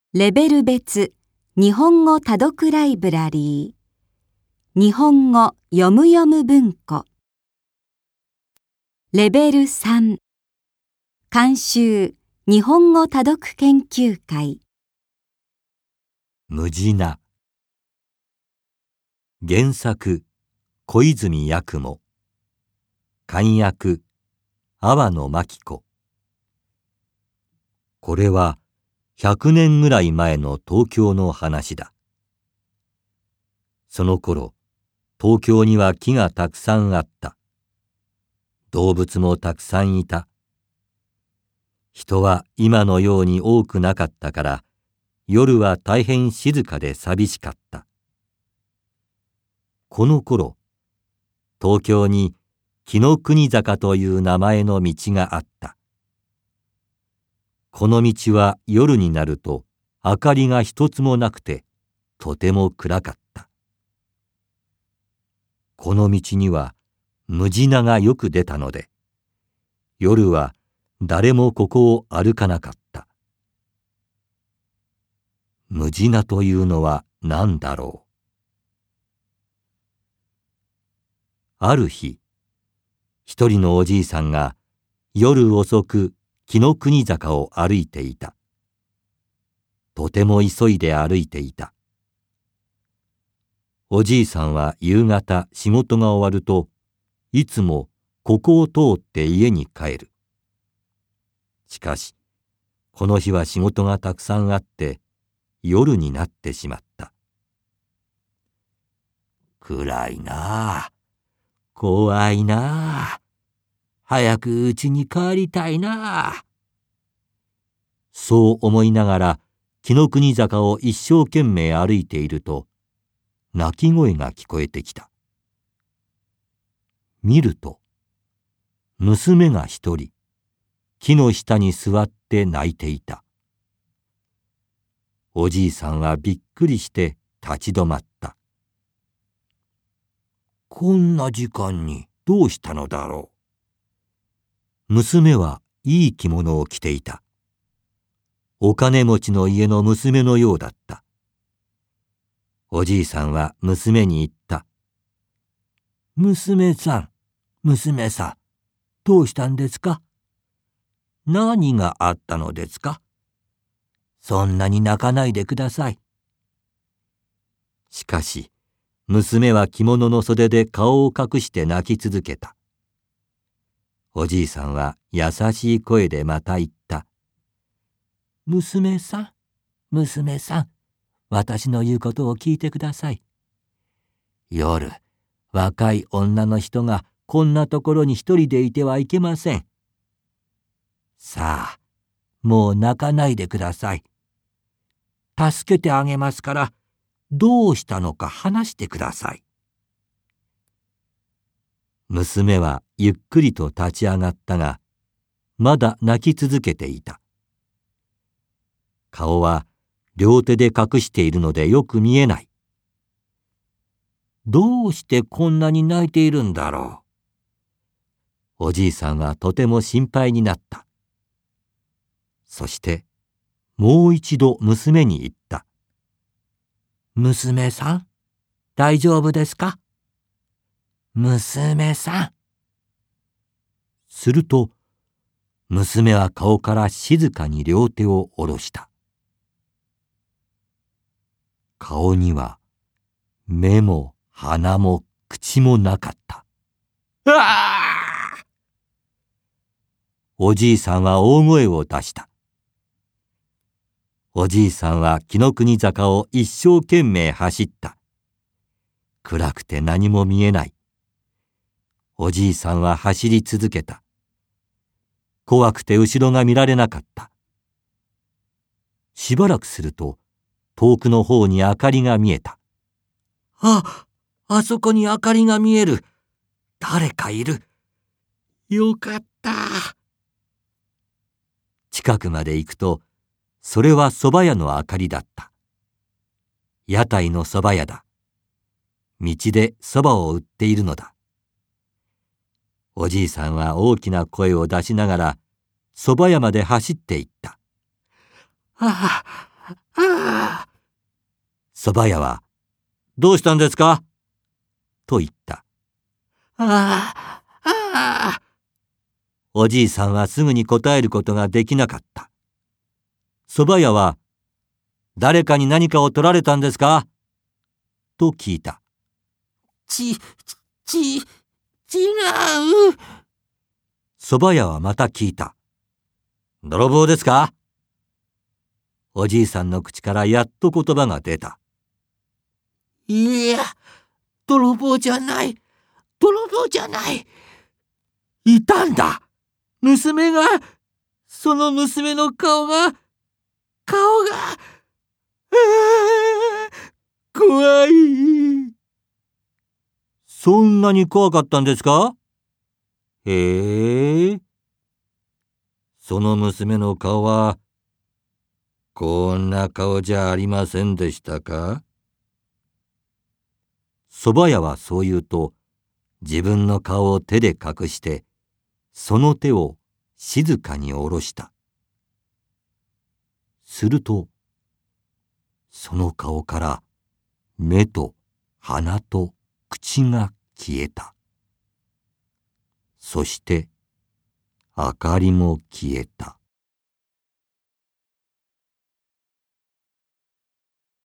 レベル別日本語多読ライブラリー日本語読む読む文庫レベル3監修日本語多読研究会ムジナ原作小泉八雲漢訳阿波野真紀子これは100年ぐらい前の東京の話だ。その頃、東京には木がたくさんあった。動物もたくさんいた。人は今のように多くなかったから、夜は大変静かで寂しかった。この頃、東京に紀ノ国坂という名前の道があった。この道は夜になると明かりが一つもなくてとても暗かった。この道にはムジナがよく出たので、夜は誰もここを歩かなかった。ムジナというのは何だろう。ある日、一人のおじいさんが夜遅く紀ノ国坂を歩いていた。とても急いで歩いていた。おじいさんは夕方仕事が終わると、いつもここを通って家に帰る。しかし、この日は仕事がたくさんあって、夜になってしまった。暗いなあ。怖いなあ。早く家に帰りたいなあ。そう思いながら紀ノ国坂を一生懸命歩いていると、泣き声が聞こえてきた。見ると、娘が一人、木の下に座って泣いていた。おじいさんはびっくりして立ち止まった。こんな時間にどうしたのだろう。娘はいい着物を着ていた。お金持ちの家の娘のようだった。おじいさんは娘に言った。娘さん、娘さん、どうしたんですか？何があったのですか？そんなに泣かないでください。しかし、娘は着物の袖で顔を隠して泣き続けた。おじいさんは優しい声でまた言った。娘さん、娘さん、私の言うことを聞いてください。夜、若い女の人がこんなところに一人でいてはいけません。さあ、もう泣かないでください。助けてあげますから、どうしたのか話してください。娘はゆっくりと立ち上がったが、まだ泣き続けていた。顔は両手で隠しているのでよく見えない。どうしてこんなに泣いているんだろう。おじいさんはとても心配になった。そしてもう一度娘に言った。娘さん、大丈夫ですか？娘さん。すると、娘は顔から静かに両手を下ろした。顔には目も鼻も口もなかった。うわあ！おじいさんは大声を出した。おじいさんは紀ノ国坂を一生懸命走った。暗くて何も見えない。おじいさんは走り続けた。怖くて後ろが見られなかった。しばらくすると、遠くの方に明かりが見えた。あそこに明かりが見える。誰かいる。よかった。近くまで行くと、それは蕎麦屋の明かりだった。屋台の蕎麦屋だ。道で蕎麦を売っているのだ。おじいさんは大きな声を出しながら蕎麦屋まで走っていった。 あ。 蕎麦屋は、どうしたんですかと言った。おじいさんはすぐに答えることができなかった。蕎麦屋は、誰かに何かを取られたんですかと聞いた。 違う。 蕎麦屋はまた聞いた。泥棒ですか？おじいさんの口からやっと言葉が出た。 いや、泥棒じゃない。いたんだ。娘が、その娘の顔が、怖い。 そんなに怖かったんですか？へえ。その娘の顔は、こんな顔じゃありませんでしたか？蕎麦屋はそう言うと、自分の顔を手で隠して、その手を静かに下ろした。すると、その顔から目と鼻と口が消えた。そして明かりも消えた。